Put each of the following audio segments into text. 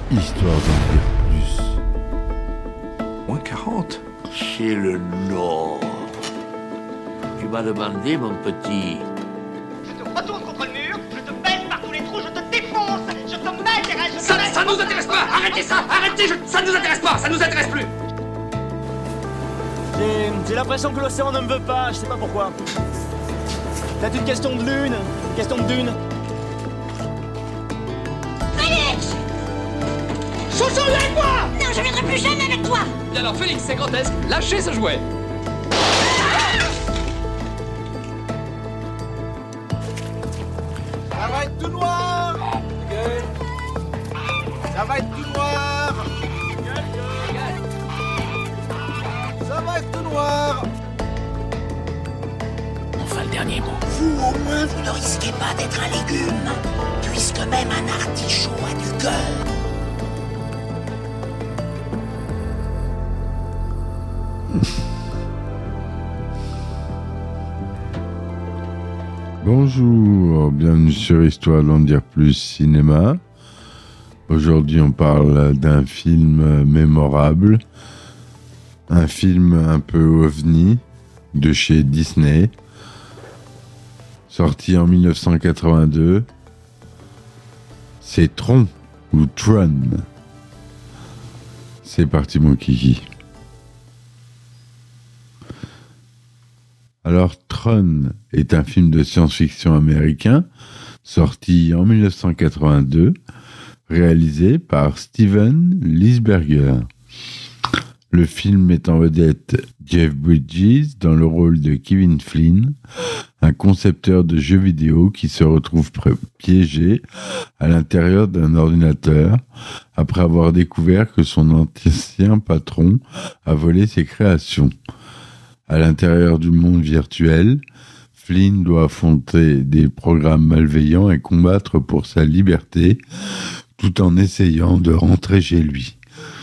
Histoire d'en dire plus. Moins 40. C'est le Nord. Tu m'as demandé, mon petit. Je te retourne contre le mur, je te baisse par tous les trous, je te défonce, je te m'intéresse, je te Ça nous intéresse pas. Arrêtez ça. Arrêtez. Ça nous intéresse pas. Ça nous intéresse plus. J'ai l'impression que l'océan ne me veut pas, je sais pas pourquoi. C'est une question de lune, une question de dune. Félix! Chouchou, viens avec moi! Non, je viendrai plus jamais avec toi! Et alors, Félix, c'est grotesque. Lâchez ce jouet. Ça va être tout noir! Ça va être tout noir! Ça va être tout noir! Enfin, le dernier mot. Vous, au moins, vous ne risquez pas d'être un légume, puisque même un artichaut a du cœur. Bonjour, bienvenue sur Histoire d'en dire plus cinéma. Aujourd'hui, on parle d'un film mémorable, un film un peu ovni de chez Disney, sorti en 1982. C'est Tron ou Tron. C'est parti, mon kiki. Alors, Tron est un film de science-fiction américain sorti en 1982, réalisé par Steven Lisberger. Le film met en vedette Jeff Bridges dans le rôle de Kevin Flynn, un concepteur de jeux vidéo qui se retrouve piégé à l'intérieur d'un ordinateur après avoir découvert que son ancien patron a volé ses créations. À l'intérieur du monde virtuel, Flynn doit affronter des programmes malveillants et combattre pour sa liberté, tout en essayant de rentrer chez lui.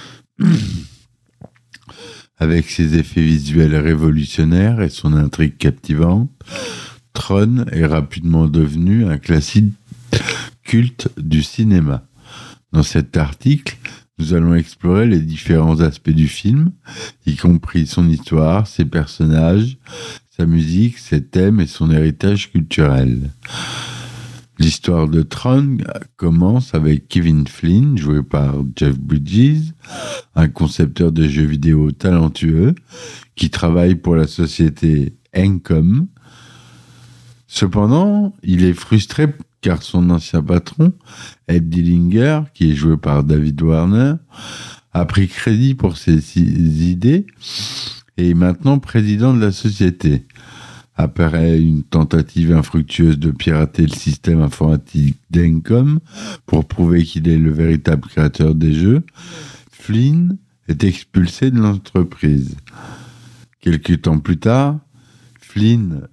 Avec ses effets visuels révolutionnaires et son intrigue captivante, Tron est rapidement devenu un classique culte du cinéma. Dans cet article, nous allons explorer les différents aspects du film, y compris son histoire, ses personnages, sa musique, ses thèmes et son héritage culturel. L'histoire de Tron commence avec Kevin Flynn, joué par Jeff Bridges, un concepteur de jeux vidéo talentueux qui travaille pour la société Encom. Cependant, il est frustré car son ancien patron, Ed Dillinger, qui est joué par David Warner, a pris crédit pour ses idées et est maintenant président de la société. Après une tentative infructueuse de pirater le système informatique d'Encom pour prouver qu'il est le véritable créateur des jeux, Flynn est expulsé de l'entreprise. Quelques temps plus tard, Flynn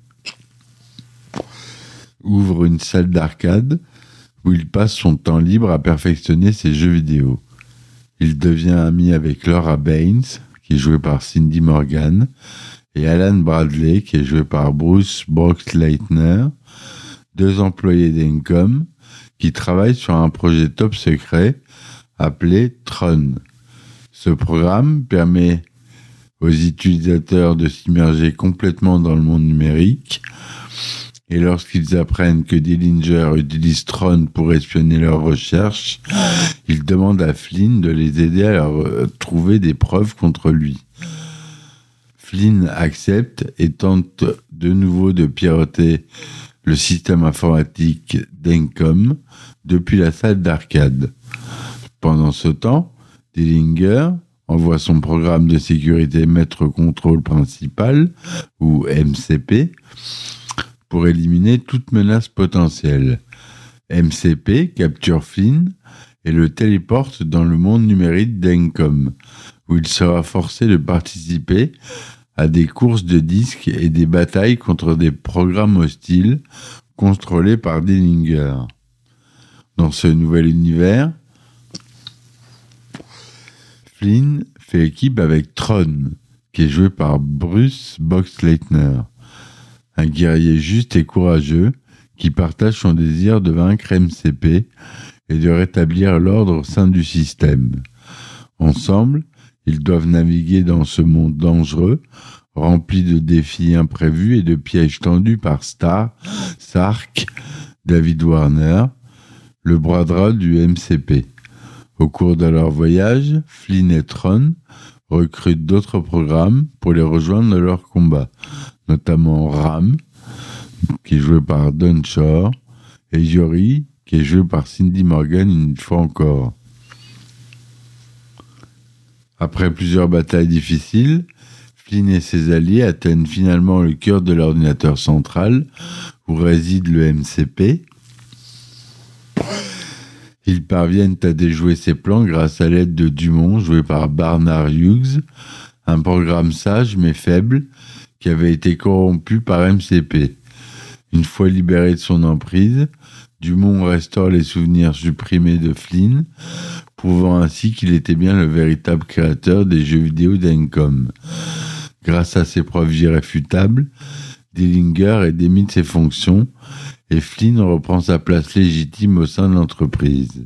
ouvre une salle d'arcade où il passe son temps libre à perfectionner ses jeux vidéo. Il devient ami avec Laura Baines, qui est jouée par Cindy Morgan, et Alan Bradley, qui est joué par Bruce Boxleitner, deux employés d'Encom qui travaillent sur un projet top secret appelé Tron. Ce programme permet aux utilisateurs de s'immerger complètement dans le monde numérique. Et lorsqu'ils apprennent que Dillinger utilise Tron pour espionner leurs recherches, ils demandent à Flynn de les aider à trouver des preuves contre lui. Flynn accepte et tente de nouveau de pirater le système informatique d'Encom depuis la salle d'arcade. Pendant ce temps, Dillinger envoie son programme de sécurité Maître Contrôle Principal, ou MCP, pour éliminer toute menace potentielle. MCP capture Flynn et le téléporte dans le monde numérique d'Encom, où il sera forcé de participer à des courses de disques et des batailles contre des programmes hostiles contrôlés par Dillinger. Dans ce nouvel univers, Flynn fait équipe avec Tron, qui est joué par Bruce Boxleitner, un guerrier juste et courageux qui partage son désir de vaincre MCP et de rétablir l'ordre au sein du système. Ensemble, ils doivent naviguer dans ce monde dangereux, rempli de défis imprévus et de pièges tendus par Sark, David Warner, le bras droit du MCP. Au cours de leur voyage, Flynn et Tron recrutent d'autres programmes pour les rejoindre dans leur combat, notamment Ram, qui est joué par Don Shore, et Yori, qui est joué par Cindy Morgan une fois encore. Après plusieurs batailles difficiles, Flynn et ses alliés atteignent finalement le cœur de l'ordinateur central, où réside le MCP. Ils parviennent à déjouer ses plans grâce à l'aide de Dumont, joué par Barnard Hughes, un programme sage mais faible qui avait été corrompu par MCP. Une fois libéré de son emprise, Dumont restaure les souvenirs supprimés de Flynn, prouvant ainsi qu'il était bien le véritable créateur des jeux vidéo d'Encom. Grâce à ses preuves irréfutables, Dillinger est démis de ses fonctions et Flynn reprend sa place légitime au sein de l'entreprise.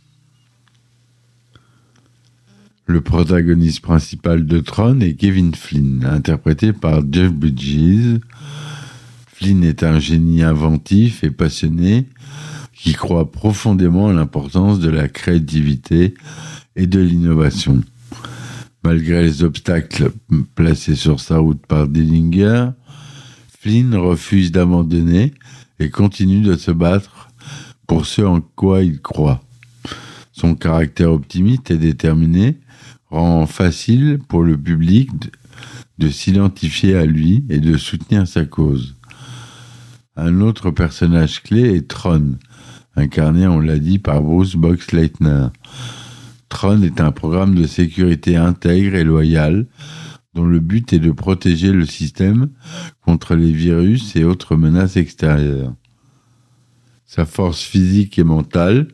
Le protagoniste principal de Tron est Kevin Flynn, interprété par Jeff Bridges. Flynn est un génie inventif et passionné qui croit profondément à l'importance de la créativité et de l'innovation. Malgré les obstacles placés sur sa route par Dillinger, Flynn refuse d'abandonner et continue de se battre pour ce en quoi il croit. Son caractère optimiste et déterminé rend facile pour le public de s'identifier à lui et de soutenir sa cause. Un autre personnage clé est Tron, incarné, on l'a dit, par Bruce Boxleitner. Tron est un programme de sécurité intègre et loyal dont le but est de protéger le système contre les virus et autres menaces extérieures. Sa force physique et mentale,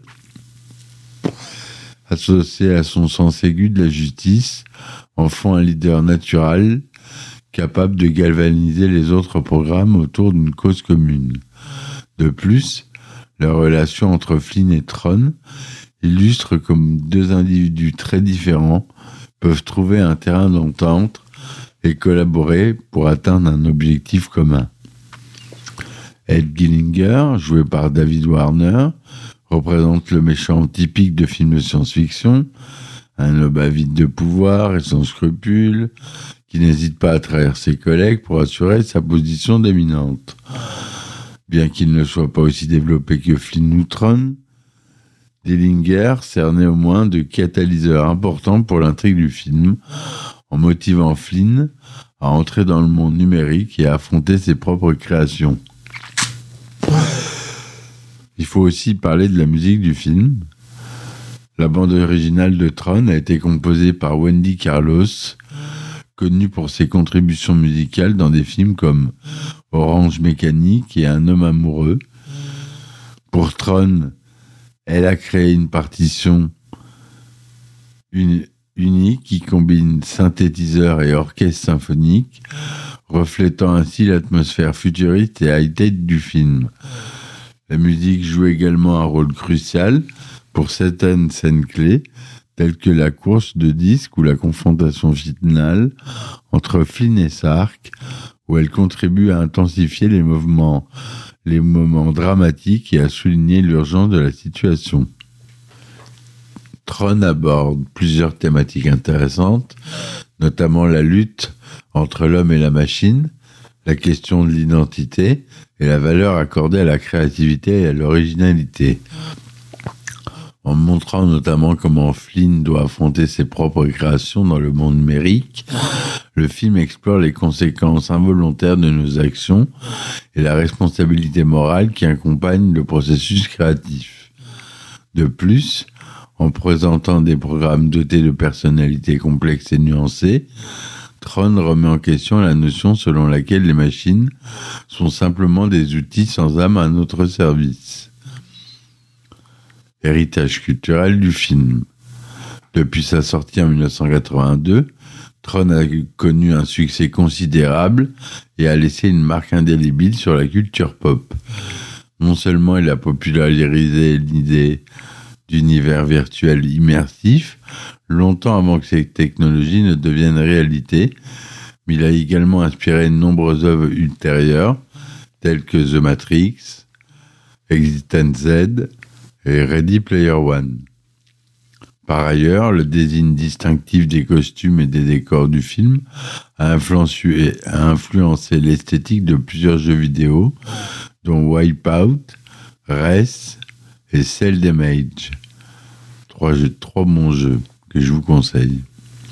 associée à son sens aigu de la justice, en font un leader naturel capable de galvaniser les autres programmes autour d'une cause commune. De plus, la relation entre Flynn et Tron illustre comme deux individus très différents peuvent trouver un terrain d'entente et collaborer pour atteindre un objectif commun. Ed Gillinger, joué par David Warner, représente le méchant typique de films de science-fiction, un homme avide de pouvoir et sans scrupules, qui n'hésite pas à trahir ses collègues pour assurer sa position dominante. Bien qu'il ne soit pas aussi développé que Flynn ou Tron, Dillinger sert néanmoins de catalyseur important pour l'intrigue du film, en motivant Flynn à entrer dans le monde numérique et à affronter ses propres créations. Il faut aussi parler de la musique du film. La bande originale de Tron a été composée par Wendy Carlos, connue pour ses contributions musicales dans des films comme Orange Mécanique et Un homme amoureux. Pour Tron, elle a créé une partition unique qui combine synthétiseur et orchestre symphonique, reflétant ainsi l'atmosphère futuriste et high-tech du film. La musique joue également un rôle crucial pour certaines scènes clés, telles que la course de disques ou la confrontation finale entre Flynn et Sark, où elle contribue à intensifier les moments dramatiques et à souligner l'urgence de la situation. Tron aborde plusieurs thématiques intéressantes, notamment la lutte entre l'homme et la machine, la question de l'identité et la valeur accordée à la créativité et à l'originalité. En montrant notamment comment Flynn doit affronter ses propres créations dans le monde numérique, le film explore les conséquences involontaires de nos actions et la responsabilité morale qui accompagne le processus créatif. De plus, en présentant des programmes dotés de personnalités complexes et nuancées, Tron remet en question la notion selon laquelle les machines sont simplement des outils sans âme à notre service. Héritage culturel du film. Depuis sa sortie en 1982, Tron a connu un succès considérable et a laissé une marque indélébile sur la culture pop. Non seulement il a popularisé l'idée d'univers virtuel immersif, longtemps avant que ces technologies ne deviennent réalité, mais il a également inspiré de nombreuses œuvres ultérieures, telles que The Matrix, Existence Z et Ready Player One. Par ailleurs, le design distinctif des costumes et des décors du film a influencé l'esthétique de plusieurs jeux vidéo, dont Wipeout, Race et Cell Damage. Trois bons jeux que je vous conseille.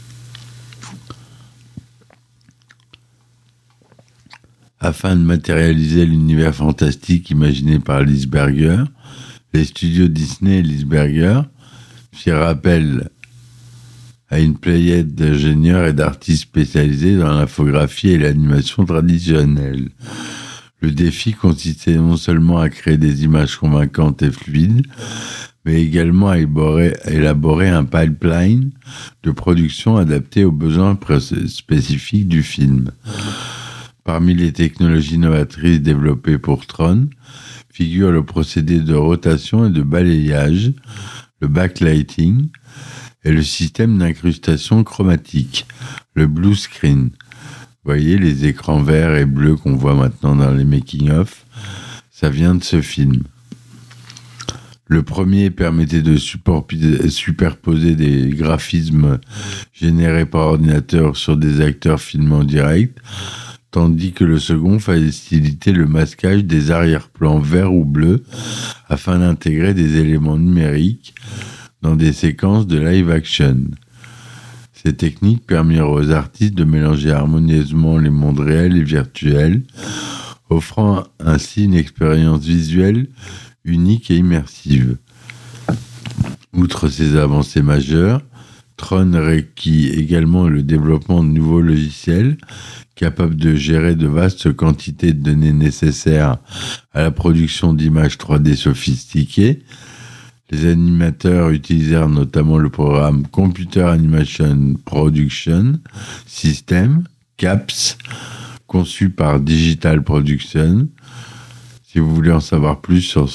Afin de matérialiser l'univers fantastique imaginé par Lisberger, les studios Disney et Lisberger firent appel à une pléiade d'ingénieurs et d'artistes spécialisés dans l'infographie et l'animation traditionnelle. Le défi consistait non seulement à créer des images convaincantes et fluides, mais également à élaborer un pipeline de production adapté aux besoins spécifiques du film. Parmi les technologies novatrices développées pour Tron figure le procédé de rotation et de balayage, le backlighting et le système d'incrustation chromatique, le blue screen. Vous voyez les écrans verts et bleus qu'on voit maintenant dans les making-of, ça vient de ce film. Le premier permettait de superposer des graphismes générés par ordinateur sur des acteurs filmés en direct, tandis que le second facilitait le masquage des arrière-plans verts ou bleus afin d'intégrer des éléments numériques dans des séquences de live action. Ces techniques permirent aux artistes de mélanger harmonieusement les mondes réels et virtuels, offrant ainsi une expérience visuelle unique et immersive. Outre ces avancées majeures, Tron requit également le développement de nouveaux logiciels capables de gérer de vastes quantités de données nécessaires à la production d'images 3D sophistiquées. Les animateurs utilisèrent notamment le programme Computer Animation Production System, CAPS, conçu par Digital Production. Si vous voulez en savoir plus sur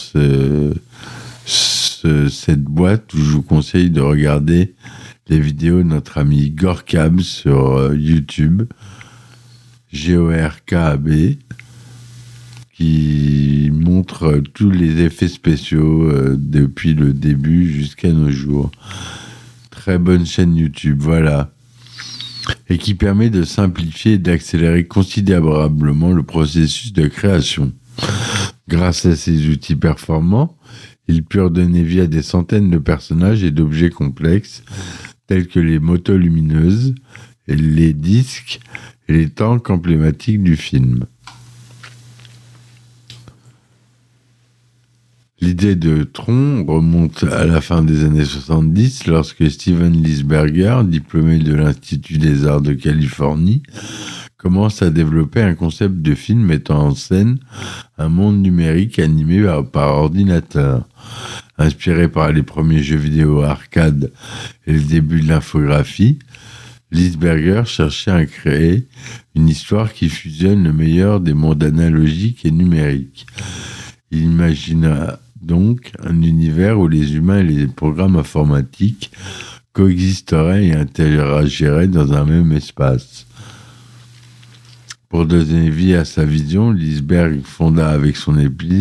cette boîte, je vous conseille de regarder les vidéos de notre ami Gorkab sur YouTube, GORKAB, qui montre tous les effets spéciaux depuis le début jusqu'à nos jours. Très bonne chaîne YouTube, voilà. Et qui permet de simplifier et d'accélérer considérablement le processus de création. Grâce à ces outils performants, ils purent donner vie à des centaines de personnages et d'objets complexes, tels que les motos lumineuses, et les disques et les tanks emblématiques du film. L'idée de Tron remonte à la fin des années 70, lorsque Steven Lisberger, diplômé de l'Institut des Arts de Californie, commence à développer un concept de film mettant en scène un monde numérique animé par ordinateur. Inspiré par les premiers jeux vidéo arcade et le début de l'infographie, Lisberger cherchait à créer une histoire qui fusionne le meilleur des mondes analogiques et numériques. Il imagina donc un univers où les humains et les programmes informatiques coexisteraient et interagiraient dans un même espace. Pour donner vie à sa vision, Lisberger fonda avec son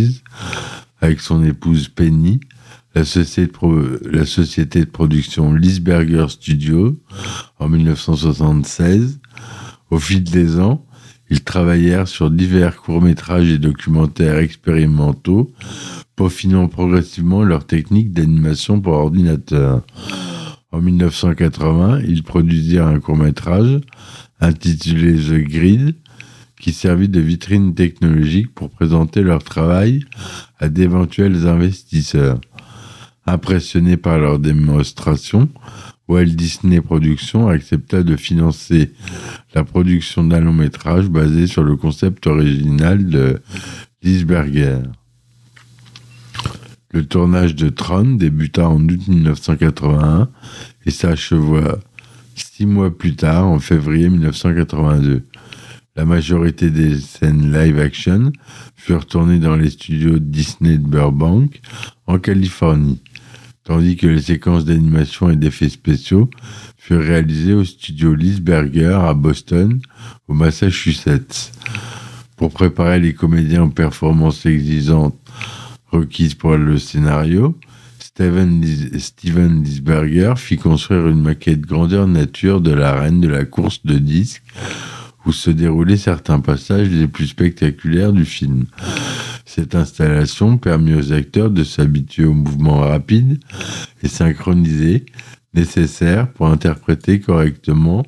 épouse Penny, la société de production Lisberger Studio en 1976. Au fil des ans, ils travaillèrent sur divers courts-métrages et documentaires expérimentaux, peaufinant progressivement leur technique d'animation par ordinateur. En 1980, ils produisirent un court-métrage intitulé The Grid, qui servit de vitrine technologique pour présenter leur travail à d'éventuels investisseurs. Impressionné par leur démonstration, Walt Disney Productions accepta de financer la production d'un long métrage basé sur le concept original de Lisberger. Le tournage de Tron débuta en août 1981 et s'acheva 6 mois plus tard, en février 1982. La majorité des scènes live-action furent tournées dans les studios Disney de Burbank, en Californie. tandis que les séquences d'animation et d'effets spéciaux furent réalisées au studio Lisberger à Boston, au Massachusetts. Pour préparer les comédiens aux performances exigeantes requises pour le scénario, Steven Lisberger fit construire une maquette grandeur nature de l'arène de la course de disques où se déroulaient certains passages les plus spectaculaires du film. Cette installation permit aux acteurs de s'habituer aux mouvements rapides et synchronisés nécessaires pour interpréter correctement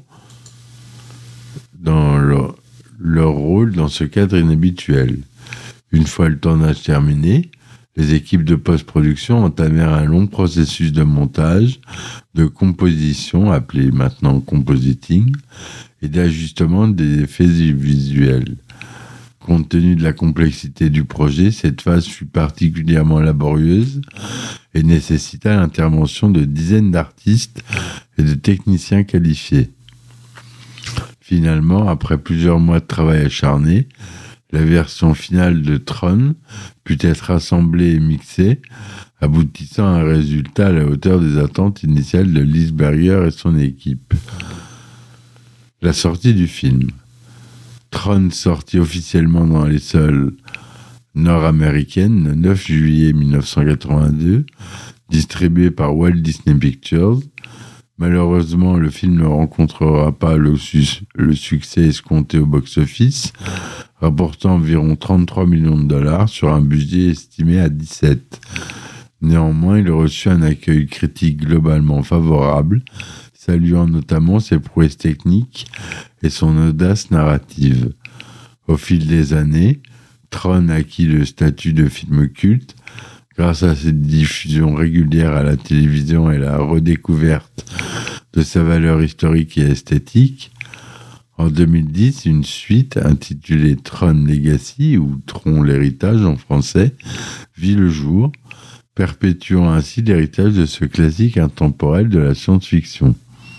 dans leur rôle dans ce cadre inhabituel. Une fois le tournage terminé, les équipes de post-production entamèrent un long processus de montage, de composition, appelé maintenant compositing, et d'ajustement des effets visuels. Compte tenu de la complexité du projet, cette phase fut particulièrement laborieuse et nécessita l'intervention de dizaines d'artistes et de techniciens qualifiés. Finalement, après plusieurs mois de travail acharné, la version finale de Tron put être assemblée et mixée, aboutissant à un résultat à la hauteur des attentes initiales de Lisberger et son équipe. La sortie du film. Tron sortit officiellement dans les salles nord-américaines le 9 juillet 1982, distribué par Walt Disney Pictures. Malheureusement, le film ne rencontrera pas le succès escompté au box-office, rapportant environ 33 millions de dollars sur un budget estimé à 17. Néanmoins, il reçut un accueil critique globalement favorable, saluant notamment ses prouesses techniques et son audace narrative. Au fil des années, Tron acquit le statut de film culte grâce à cette diffusion régulière à la télévision et la redécouverte de sa valeur historique et esthétique. En 2010, une suite intitulée Tron Legacy, ou Tron l'héritage en français, vit le jour, perpétuant ainsi l'héritage de ce classique intemporel de la science-fiction.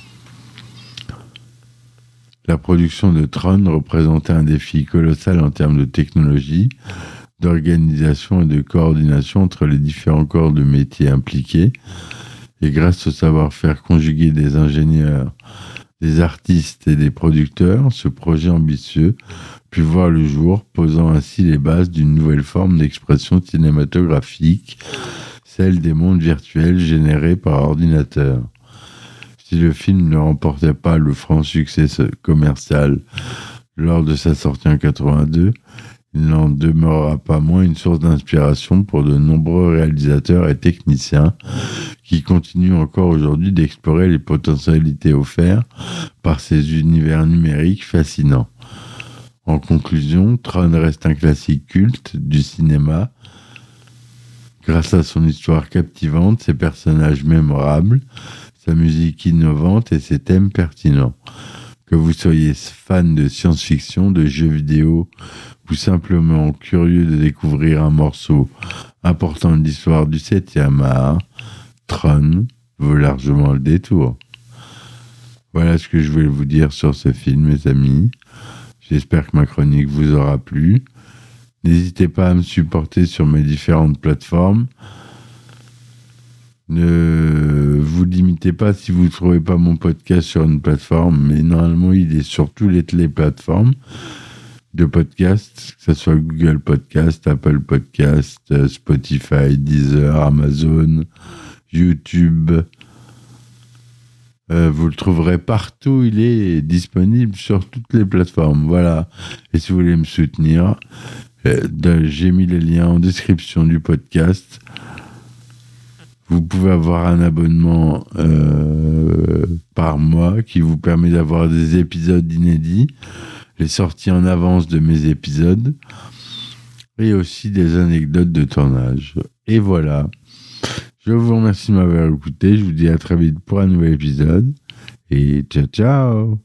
La production de Tron représentait un défi colossal en termes de technologie, d'organisation et de coordination entre les différents corps de métier impliqués, et grâce au savoir-faire conjugué des ingénieurs, des artistes et des producteurs, ce projet ambitieux put voir le jour, posant ainsi les bases d'une nouvelle forme d'expression cinématographique, celle des mondes virtuels générés par ordinateur. Si le film ne remportait pas le franc succès commercial lors de sa sortie en 82, il n'en demeurera pas moins une source d'inspiration pour de nombreux réalisateurs et techniciens qui continuent encore aujourd'hui d'explorer les potentialités offertes par ces univers numériques fascinants. En conclusion, Tron reste un classique culte du cinéma grâce à son histoire captivante, ses personnages mémorables, sa musique innovante et ses thèmes pertinents. Que vous soyez fan de science-fiction, de jeux vidéo ou simplement curieux de découvrir un morceau important de l'histoire du 7e art, Tron vaut largement le détour. Voilà ce que je voulais vous dire sur ce film, mes amis. J'espère que ma chronique vous aura plu. N'hésitez pas à me supporter sur mes différentes plateformes. Ne vous limitez pas si vous ne trouvez pas mon podcast sur une plateforme, mais normalement il est sur toutes les plateformes de podcast, que ce soit Google Podcast, Apple Podcast, Spotify, Deezer, Amazon, YouTube. Vous le trouverez partout, il est disponible sur toutes les plateformes. Voilà. Et si vous voulez me soutenir, j'ai mis les liens en description du podcast. Vous pouvez avoir un abonnement par mois qui vous permet d'avoir des épisodes inédits, les sorties en avance de mes épisodes et aussi des anecdotes de tournage. Et voilà. Je vous remercie de m'avoir écouté. Je vous dis à très vite pour un nouvel épisode. Et ciao, ciao.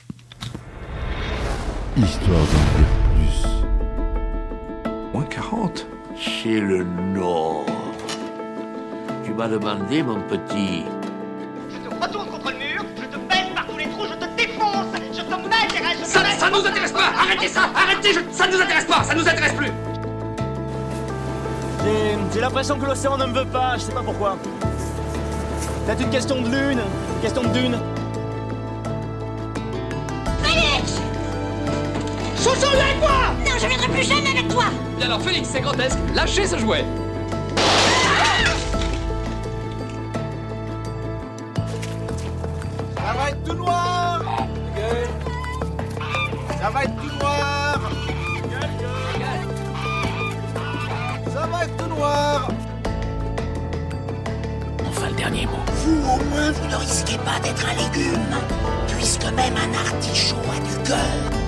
Histoire d'en dire plus. Moins 40. C'est le Nord. Tu m'as demandé, mon petit. Je te retourne contre le mur, je te baisse par tous les trous, je te défonce, je te mets des règles. Ça nous intéresse pas. Arrêtez ça. Arrêtez. Ça nous intéresse pas. Ça nous intéresse plus. J'ai l'impression que l'océan ne me veut pas, je sais pas pourquoi. C'est une question de lune, question de dune. Félix! Chouchou, viens avec moi! Non, je viendrai plus jamais avec toi! Bien alors, Félix, c'est grotesque. Lâchez ce jouet. Ça va être tout noir. Ça va être tout noir. Ça va être tout noir. Enfin, le dernier mot. Vous, au moins, vous ne risquez pas d'être un légume, puisque même un artichaut a du cœur.